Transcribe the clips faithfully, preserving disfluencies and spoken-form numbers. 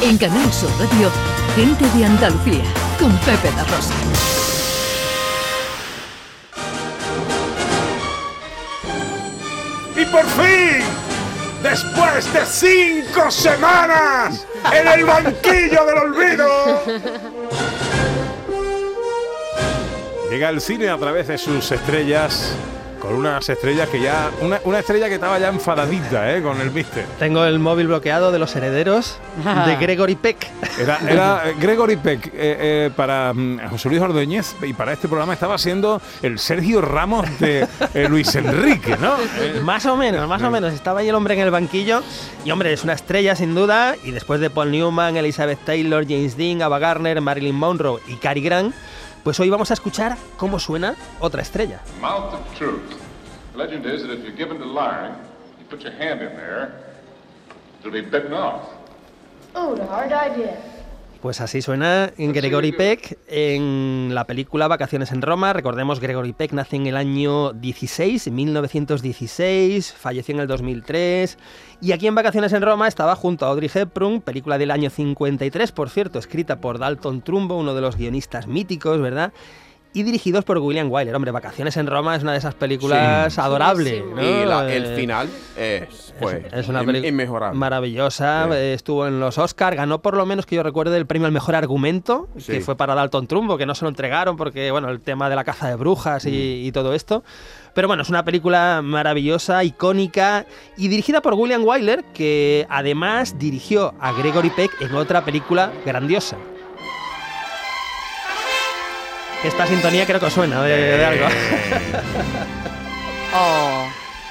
En Canal Sur Radio, Gente de Andalucía, con Pepe da Rosa. Y por fin, después de cinco semanas en el banquillo del olvido, llega el cine a través de sus estrellas, con unas estrellas que ya... Una, una estrella que estaba ya enfadadita, ¿eh? Con el mister. Tengo el móvil bloqueado de Los Herederos de Gregory Peck. Era, era Gregory Peck, eh, eh, para um, José Luis Ordóñez, y para este programa estaba siendo el Sergio Ramos de eh, Luis Enrique, ¿no? Eh, Más o menos, más o menos. Estaba ahí el hombre en el banquillo. Y hombre, es una estrella sin duda. Y después de Paul Newman, Elizabeth Taylor, James Dean, Ava Gardner, Marilyn Monroe y Cary Grant, pues hoy vamos a escuchar cómo suena otra estrella. Mouth of truth. The legend is that if you're given to lying, you put your hand in there, it'll be bitten off. Oh, what a hard idea. Pues así suena en Gregory Peck en la película Vacaciones en Roma. Recordemos, Gregory Peck nace en el año dieciséis, mil novecientos dieciséis, falleció en el dos mil tres, y aquí en Vacaciones en Roma estaba junto a Audrey Hepburn, película del año cincuenta y tres, por cierto, escrita por Dalton Trumbo, uno de los guionistas míticos, ¿verdad?, y dirigidos por William Wyler. Hombre, Vacaciones en Roma es una de esas películas sí, adorables, sí, sí. ¿no? Y la, el final es, pues, es, es una película inmejorable. Maravillosa. Sí. Estuvo en los Oscars, ganó por lo menos que yo recuerde el premio al mejor argumento, sí. que fue para Dalton Trumbo, que no se lo entregaron porque, bueno, el tema de la caza de brujas y, mm. y todo esto. Pero bueno, es una película maravillosa, icónica y dirigida por William Wyler, que además dirigió a Gregory Peck en otra película grandiosa. Esta sintonía creo que os suena de, de algo. Oh.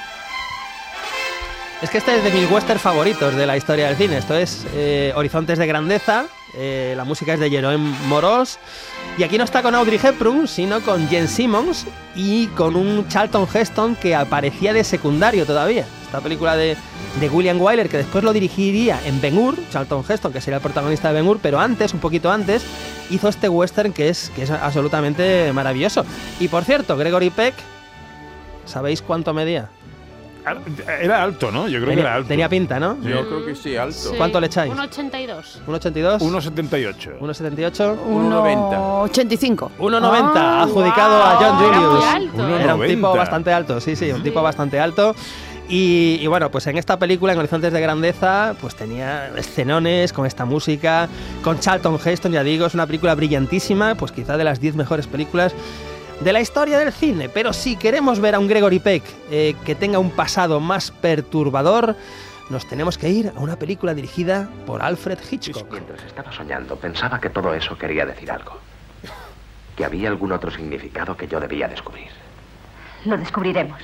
Es que este es de mis westerns favoritos de la historia del cine. Esto es eh, Horizontes de Grandeza. Eh, la música es de Jerome Moroz. Y aquí no está con Audrey Hepburn, sino con Gene Simmons y con un Charlton Heston que aparecía de secundario todavía. Esta película de, de William Wyler, que después lo dirigiría en Ben-Hur, Charlton Heston, que sería el protagonista de Ben-Hur, pero antes, un poquito antes, hizo este western que es, que es absolutamente maravilloso. Y por cierto, Gregory Peck, ¿sabéis cuánto medía? Era alto, ¿no? Yo creo tenía, que era alto. Tenía pinta, ¿no? Sí. Yo creo que sí, alto. Sí. ¿Cuánto le echáis? uno ochenta y dos. ¿uno ochenta y dos? uno setenta y ocho. ¿uno setenta y ocho? uno noventa. ochenta y cinco. uno noventa, ah, adjudicado wow. a John Julius. Era muy alto. Era un tipo bastante alto, sí, sí, un sí. tipo bastante alto. Y, y bueno, pues en esta película, en Horizontes de Grandeza, pues tenía escenones con esta música, con Charlton Heston, ya digo, es una película brillantísima, pues quizá de las diez mejores películas de la historia del cine. Pero si queremos ver a un Gregory Peck eh, que tenga un pasado más perturbador, nos tenemos que ir a una película dirigida por Alfred Hitchcock. Mientras estaba soñando, pensaba que todo eso quería decir algo. Que había algún otro significado que yo debía descubrir. Lo descubriremos.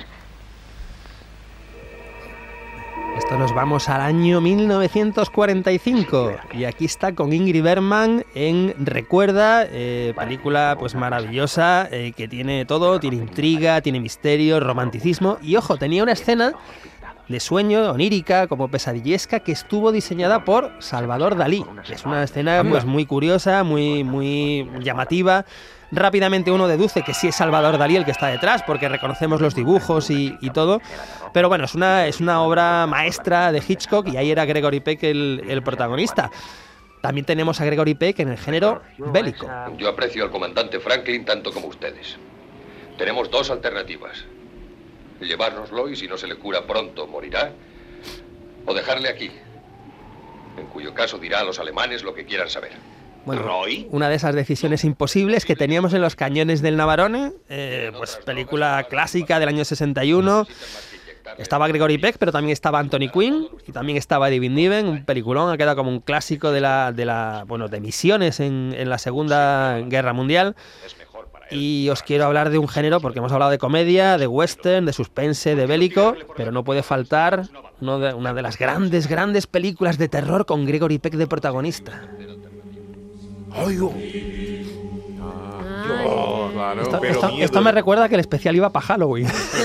Esto nos vamos al año mil novecientos cuarenta y cinco y aquí está con Ingrid Bergman en Recuerda, eh, película pues maravillosa, eh, que tiene todo, tiene intriga, tiene misterio, romanticismo y ojo, tenía una escena de sueño, onírica, como pesadillesca, que estuvo diseñada por Salvador Dalí. Es una escena pues muy curiosa, muy, muy llamativa. Rápidamente uno deduce que sí es Salvador Dalí el que está detrás, porque reconocemos los dibujos y, y todo. Pero bueno, es una, es una obra maestra de Hitchcock y ahí era Gregory Peck el, el protagonista. También tenemos a Gregory Peck en el género bélico. Yo aprecio al comandante Franklin tanto como ustedes. Tenemos dos alternativas. Llevárnoslo y si no se le cura pronto morirá, o dejarle aquí, en cuyo caso dirá a los alemanes lo que quieran saber. Bueno, una de esas decisiones imposibles que teníamos en Los cañones del Navarone, eh, pues película clásica del año sesenta y uno. Estaba Gregory Peck, pero también estaba Anthony Quinn y también estaba Eddie Van Niven, un peliculón, ha quedado como un clásico de la, de la, bueno, de misiones en, en la Segunda Guerra Mundial. Y os quiero hablar de un género, porque hemos hablado de comedia, de western, de suspense, de bélico, pero no puede faltar uno de, una de las grandes, grandes películas de terror con Gregory Peck de protagonista. ¡Oigo! Ah, oh, claro, esto, pero esto, esto me recuerda que el especial iba para Halloween.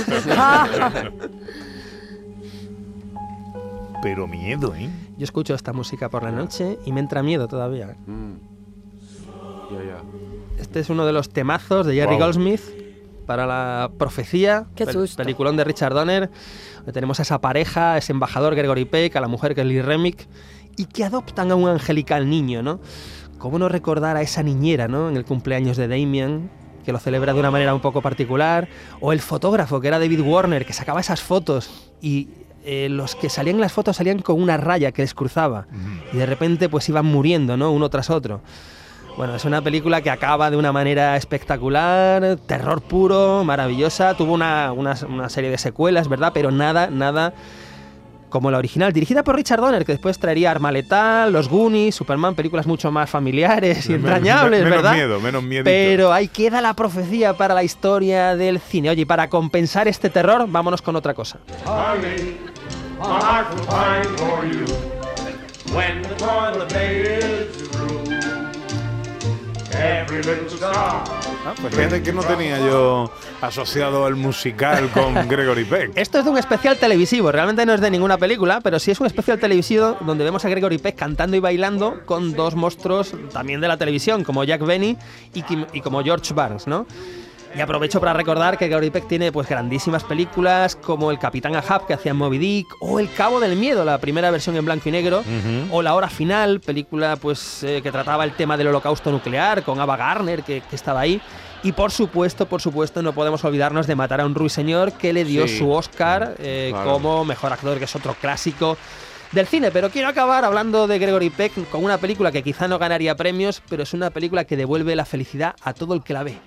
Pero miedo, ¿eh? Yo escucho esta música por la noche y me entra miedo todavía. Mm. Ya, ya. Este es uno de los temazos de Jerry wow. Goldsmith para La Profecía, Qué susto. Pel- peliculón de Richard Donner. Tenemos a esa pareja, ese embajador Gregory Peck, a la mujer que es Lee Remick, y que adoptan a un angelical niño, ¿no? ¿Cómo no recordar a esa niñera, ¿no?, en el cumpleaños de Damien, que lo celebra de una manera un poco particular? O el fotógrafo, que era David Warner, que sacaba esas fotos y eh, los que salían en las fotos salían con una raya que les cruzaba. Y de repente pues iban muriendo, ¿no?, uno tras otro. Bueno, es una película que acaba de una manera espectacular, terror puro, maravillosa. Tuvo una, una, una serie de secuelas, ¿verdad? Pero nada, nada como la original. Dirigida por Richard Donner, que después traería Arma Letal, Los Goonies, Superman, películas mucho más familiares y entrañables, menos ¿verdad? Menos miedo, menos miedito. Pero ahí queda la profecía para la historia del cine. Oye, y para compensar este terror, vámonos con otra cosa. Honey, my heart will pine for you when the toilet is through. Every little star. Ah, pues fíjate que no tenía yo asociado el musical con Gregory Peck. Esto es de un especial televisivo, realmente no es de ninguna película, pero sí es un especial televisivo donde vemos a Gregory Peck cantando y bailando con dos monstruos también de la televisión, como Jack Benny y, y como George Barnes, ¿no? Y aprovecho para recordar que Gregory Peck tiene pues grandísimas películas como El Capitán Ahab, que hacía en Moby Dick, o El Cabo del Miedo, la primera versión en blanco y negro, uh-huh. o La Hora Final, película pues eh, que trataba el tema del holocausto nuclear con Ava Gardner, que, que estaba ahí. Y por supuesto, por supuesto, no podemos olvidarnos de Matar a un ruiseñor, que le dio sí. su Oscar eh, claro. como mejor actor, que es otro clásico del cine. Pero quiero acabar hablando de Gregory Peck con una película que quizá no ganaría premios, pero es una película que devuelve la felicidad a todo el que la ve.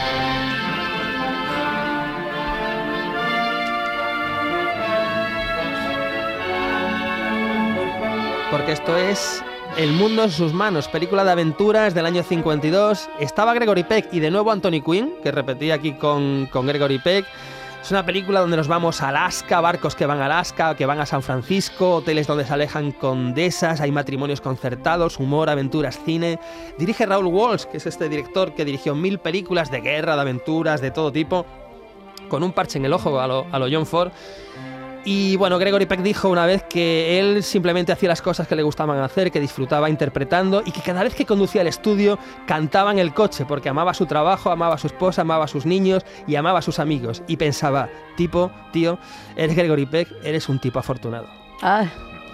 Porque esto es El mundo en sus manos, película de aventuras del año cincuenta y dos. Estaba Gregory Peck y de nuevo Anthony Quinn, que repetía aquí con, con Gregory Peck. Es una película donde nos vamos a Alaska, barcos que van a Alaska, que van a San Francisco, hoteles donde se alejan condesas, hay matrimonios concertados, humor, aventuras, cine. Dirige Raoul Walsh, que es este director que dirigió mil películas de guerra, de aventuras, de todo tipo, con un parche en el ojo a lo, a lo John Ford. Y bueno, Gregory Peck dijo una vez que él simplemente hacía las cosas que le gustaban hacer, que disfrutaba interpretando y que cada vez que conducía al estudio cantaba en el coche porque amaba su trabajo, amaba a su esposa, amaba a sus niños y amaba a sus amigos. Y pensaba, tipo, tío, eres Gregory Peck, eres un tipo afortunado. Ah.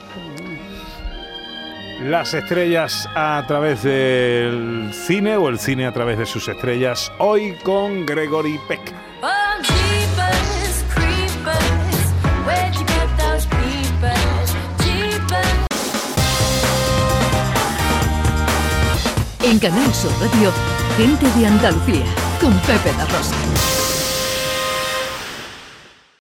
Las estrellas a través del cine o el cine a través de sus estrellas, hoy con Gregory Peck. En Canal Sur Radio, Gente de Andalucía, con Pepe da Rosa.